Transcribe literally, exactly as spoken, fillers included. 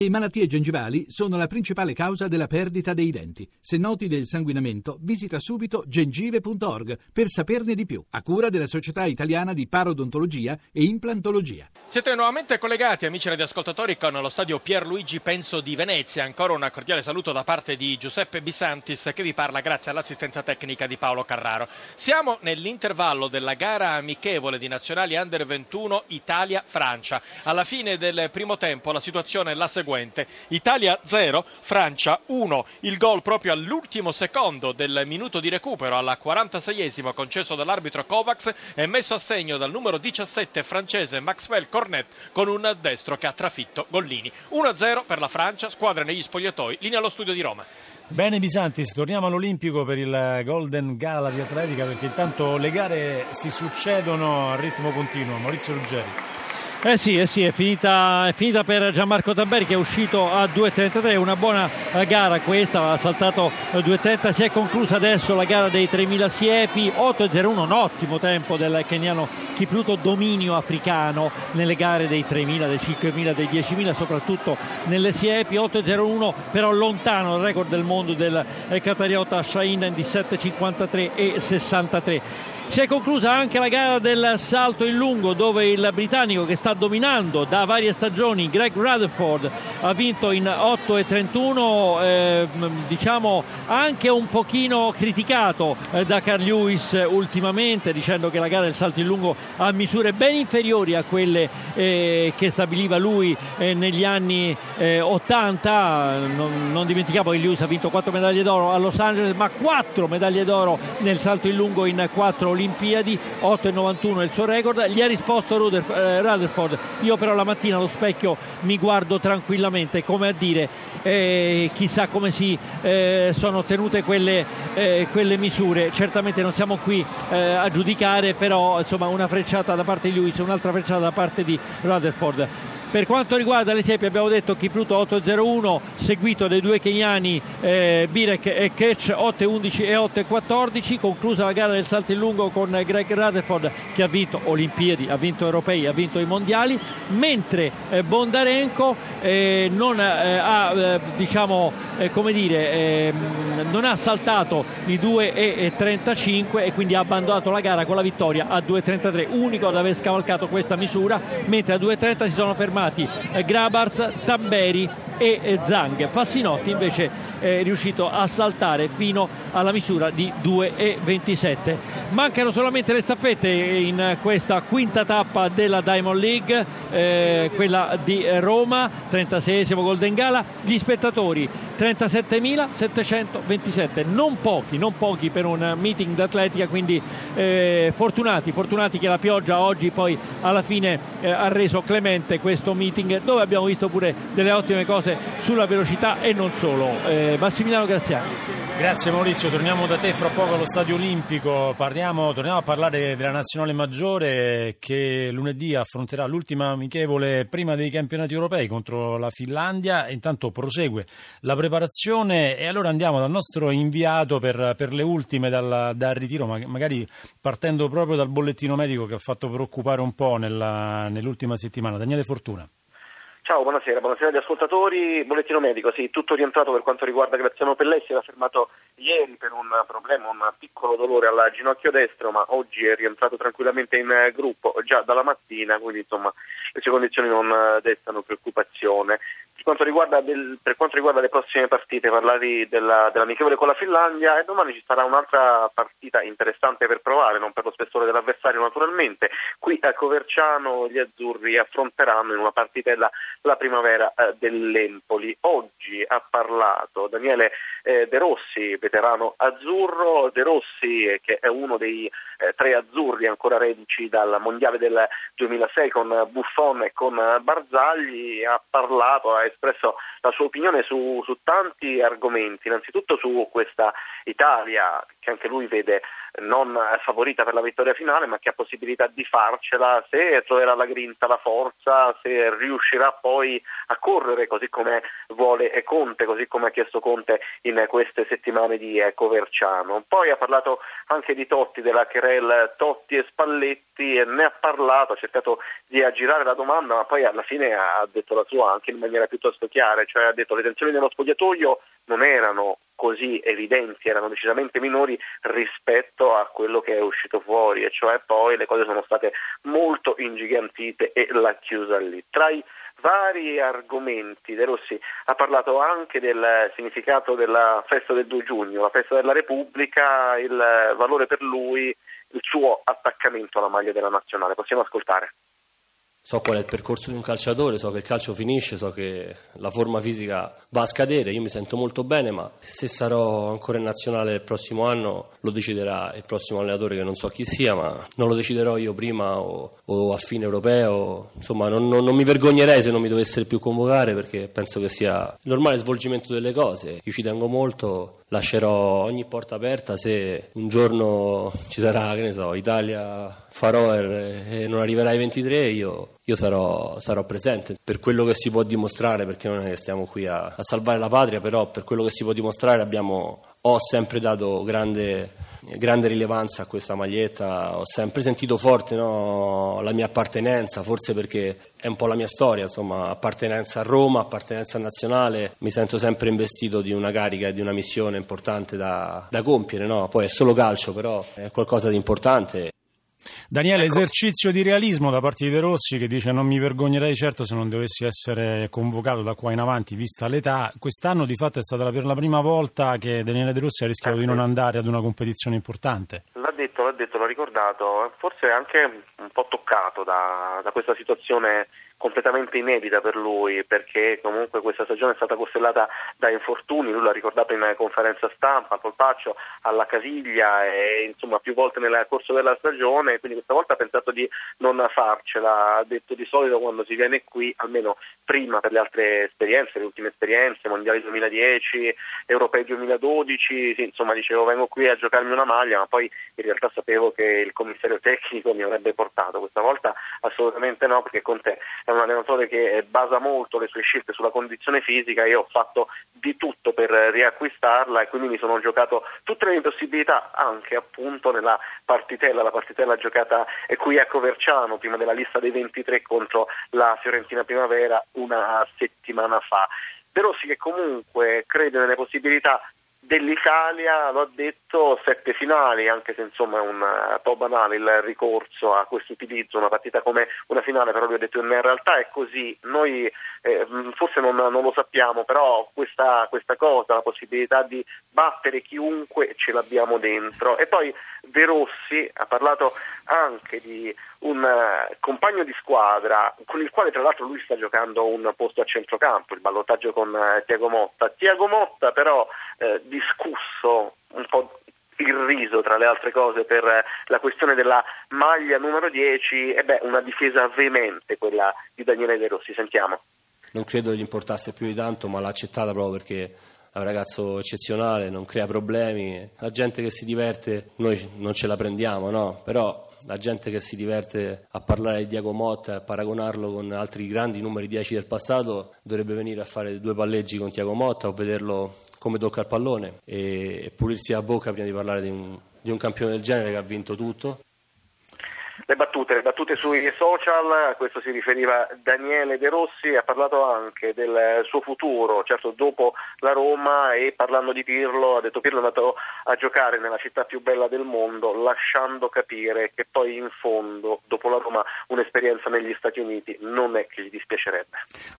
Le malattie gengivali sono la principale causa della perdita dei denti. Se noti del sanguinamento, visita subito gengive punto org per saperne di più, a cura della Società Italiana di Parodontologia e Implantologia. Siete nuovamente collegati, amici radioascoltatori, con lo stadio Pierluigi Penso di Venezia. Ancora un cordiale saluto da parte di Giuseppe Bisantis, che vi parla grazie all'assistenza tecnica di Paolo Carraro. Siamo nell'intervallo della gara amichevole di nazionali under ventuno Italia-Francia. Alla fine del primo tempo la situazione è la seguente: Italia zero, Francia uno. Il gol proprio all'ultimo secondo del minuto di recupero, alla quarantaseiesimo, concesso dall'arbitro Kovacs, è messo a segno dal numero diciassette francese Maxwell Cornet con un destro che ha trafitto Gollini. uno a zero per la Francia, squadra negli spogliatoi, linea allo studio di Roma. Bene Bisantis, torniamo all'Olimpico per il Golden Gala di atletica, perché intanto le gare si succedono a ritmo continuo. Maurizio Ruggeri. Eh sì, eh sì, è finita, è finita per Gianmarco Tamberi, che è uscito a due e trentatré, una buona gara questa, ha saltato due e trenta, si è conclusa adesso la gara dei tremila siepi, otto e zero uno, un ottimo tempo del keniano Kipruto, dominio africano nelle gare dei tremila, dei cinquemila, dei diecimila, soprattutto nelle siepi, otto e zero uno, però lontano il record del mondo del qatariota Shahin di sette e cinquantatré e sessantatré. Si è conclusa anche la gara del salto in lungo, dove il britannico che sta dominando da varie stagioni, Greg Rutherford, ha vinto in otto e trentuno, eh, diciamo anche un pochino criticato eh, da Carl Lewis ultimamente, dicendo che la gara del salto in lungo ha misure ben inferiori a quelle eh, che stabiliva lui eh, negli anni eh, ottanta. Non, non dimentichiamo che Lewis ha vinto quattro medaglie d'oro a Los Angeles, ma quattro medaglie d'oro nel salto in lungo in quattro Olimpiadi, otto e novantuno è il suo record. Gli ha risposto Rutherford: io però la mattina allo specchio mi guardo tranquillamente, come a dire eh, chissà come si eh, sono tenute quelle, eh, quelle misure. Certamente non siamo qui eh, a giudicare, però insomma una frecciata da parte di Lewis, un'altra frecciata da parte di Rutherford. Per quanto riguarda le siepi, abbiamo detto Kipruto otto e zero uno, seguito dai due keniani eh, Birek e Kech otto e undici e otto e quattordici. Conclusa la gara del salto in lungo con Greg Rutherford, che ha vinto Olimpiadi, ha vinto Europei, ha vinto i Mondiali, mentre eh, Bondarenko eh, non eh, ha eh, diciamo eh, come dire eh, non ha saltato i due e trentacinque e quindi ha abbandonato la gara con la vittoria a due e trentatré, unico ad aver scavalcato questa misura, mentre a due e trenta si sono fermati Grabars, Tamberi e Zhang. Fassinotti invece è riuscito a saltare fino alla misura di due e ventisette. Mancano solamente le staffette in questa quinta tappa della Diamond League, eh, quella di Roma, trentaseiesimo Golden Gala. Gli spettatori trentasettemilasettecentoventisette, non pochi, non pochi per un meeting d'atletica, quindi eh, fortunati, fortunati che la pioggia oggi poi alla fine eh, ha reso clemente questo meeting, dove abbiamo visto pure delle ottime cose sulla velocità e non solo. Eh, Massimiliano Graziani. Grazie Maurizio, torniamo da te fra poco allo Stadio Olimpico, parliamo, torniamo a parlare della nazionale maggiore che lunedì affronterà l'ultima amichevole prima dei campionati europei contro la Finlandia. Intanto prosegue la preparazione e allora andiamo dal nostro inviato per, per le ultime dal, dal ritiro, magari partendo proprio dal bollettino medico che ha fatto preoccupare un po' nella, nell'ultima settimana. Daniele Fortuna. Ciao, buonasera, buonasera agli ascoltatori. Bollettino medico, sì, tutto rientrato per quanto riguarda Graziano Pellessi, era fermato ieri per un problema, un piccolo dolore al ginocchio destro, ma oggi è rientrato tranquillamente in gruppo già dalla mattina, quindi insomma le sue condizioni non destano preoccupazione. Per quanto riguarda, del, per quanto riguarda le prossime partite, parlavi della, dell'amichevole con la Finlandia, e domani ci sarà un'altra partita interessante per provare, non per lo spessore dell'avversario naturalmente. Qui a Coverciano gli azzurri affronteranno in una partitella la primavera eh, dell'Empoli. Oggi ha parlato Daniele eh, De Rossi, veterano azzurro. De Rossi, eh, che è uno dei eh, tre azzurri ancora reduci dal mondiale del duemilasei con Buffon e con Barzagli, ha parlato, ha espresso la sua opinione su, su tanti argomenti, innanzitutto su questa Italia che anche lui vede non favorita per la vittoria finale, ma che ha possibilità di farcela se troverà la grinta, la forza, se riuscirà poi a correre così come vuole Conte, così come ha chiesto Conte in queste settimane di Coverciano. Poi ha parlato anche di Totti, della querel Totti e Spalletti, e ne ha parlato, ha cercato di aggirare la domanda, ma poi alla fine ha detto la sua anche in maniera piuttosto chiara, cioè ha detto le tensioni nello spogliatoio non erano così evidenti, erano decisamente minori rispetto a quello che è uscito fuori, e cioè poi le cose sono state molto ingigantite e l'ha chiusa lì. Tra i vari argomenti De Rossi ha parlato anche del significato della festa del due giugno, la festa della Repubblica, il valore per lui, il suo attaccamento alla maglia della nazionale. Possiamo ascoltare. So qual è il percorso di un calciatore, so che il calcio finisce, so che la forma fisica va a scadere, io mi sento molto bene, ma se sarò ancora in nazionale il prossimo anno lo deciderà il prossimo allenatore, che non so chi sia, ma non lo deciderò io prima o, o a fine europeo. Insomma, non, non, non mi vergognerei se non mi dovessero più convocare, perché penso che sia il normale svolgimento delle cose. Io ci tengo molto, lascerò ogni porta aperta. Se un giorno ci sarà, che ne so, Italia Faroe e non arriverà ai ventitré, io, io sarò, sarò presente per quello che si può dimostrare, perché non è che stiamo qui a, a salvare la patria, però per quello che si può dimostrare abbiamo, ho sempre dato grande, grande rilevanza a questa maglietta, ho sempre sentito forte, no, la mia appartenenza, forse perché è un po' la mia storia, insomma, appartenenza a Roma, appartenenza nazionale, mi sento sempre investito di una carica e di una missione importante da, da compiere, no? Poi è solo calcio, però è qualcosa di importante. Daniele, esercizio di realismo da parte di De Rossi, che dice non mi vergognerei certo se non dovessi essere convocato da qua in avanti vista l'età. Quest'anno di fatto è stata per la prima volta che Daniele De Rossi ha rischiato di non andare ad una competizione importante. L'ha detto, l'ha detto, l'ha ricordato, forse anche un po' toccato da, da questa situazione completamente inedita per lui, perché comunque questa stagione è stata costellata da infortuni, lui l'ha ricordato in conferenza stampa, al polpaccio, alla caviglia e insomma più volte nel corso della stagione, quindi questa volta ha pensato di non farcela. Ha detto di solito quando si viene qui, almeno prima per le altre esperienze, le ultime esperienze, mondiali duemiladieci, europei duemiladodici, sì, insomma dicevo vengo qui a giocarmi una maglia, ma poi in realtà sapevo che il commissario tecnico mi avrebbe portato. Questa volta assolutamente no, perché Conte è un allenatore che basa molto le sue scelte sulla condizione fisica. Io ho fatto di tutto per riacquistarla e quindi mi sono giocato tutte le mie possibilità, anche appunto nella partitella, la partitella giocata è qui a Coverciano prima della lista dei ventitré contro la Fiorentina Primavera una settimana fa. De Rossi, che comunque crede nelle possibilità dell'Italia, lo ha detto, sette finali, anche se insomma è un po' banale il ricorso a questo utilizzo, una partita come una finale, però lui ha detto in realtà è così, noi eh, forse non, non lo sappiamo, però questa, questa cosa, la possibilità di battere chiunque ce l'abbiamo dentro. E poi De Rossi ha parlato anche di un uh, compagno di squadra con il quale tra l'altro lui sta giocando un posto a centrocampo, il ballottaggio con uh, Thiago Motta. Thiago Motta però uh, discusso, un po' irriso tra le altre cose per uh, la questione della maglia numero dieci, e beh, una difesa veemente quella di Daniele De Rossi. Sentiamo. Non credo gli importasse più di tanto, ma l'ha accettata proprio perché è un ragazzo eccezionale, non crea problemi, la gente che si diverte noi non ce la prendiamo, no? Però la gente che si diverte a parlare di Thiago Motta e a paragonarlo con altri grandi numeri dieci del passato dovrebbe venire a fare due palleggi con Thiago Motta o vederlo come tocca il pallone e, e pulirsi la bocca prima di parlare di un, di un campione del genere che ha vinto tutto. Le battute, le battute sui social, a questo si riferiva Daniele De Rossi. Ha parlato anche del suo futuro, certo dopo la Roma, e parlando di Pirlo ha detto Pirlo è andato a giocare nella città più bella del mondo, lasciando capire che poi in fondo dopo la Roma un'esperienza negli Stati Uniti non è che gli dispiacerebbe.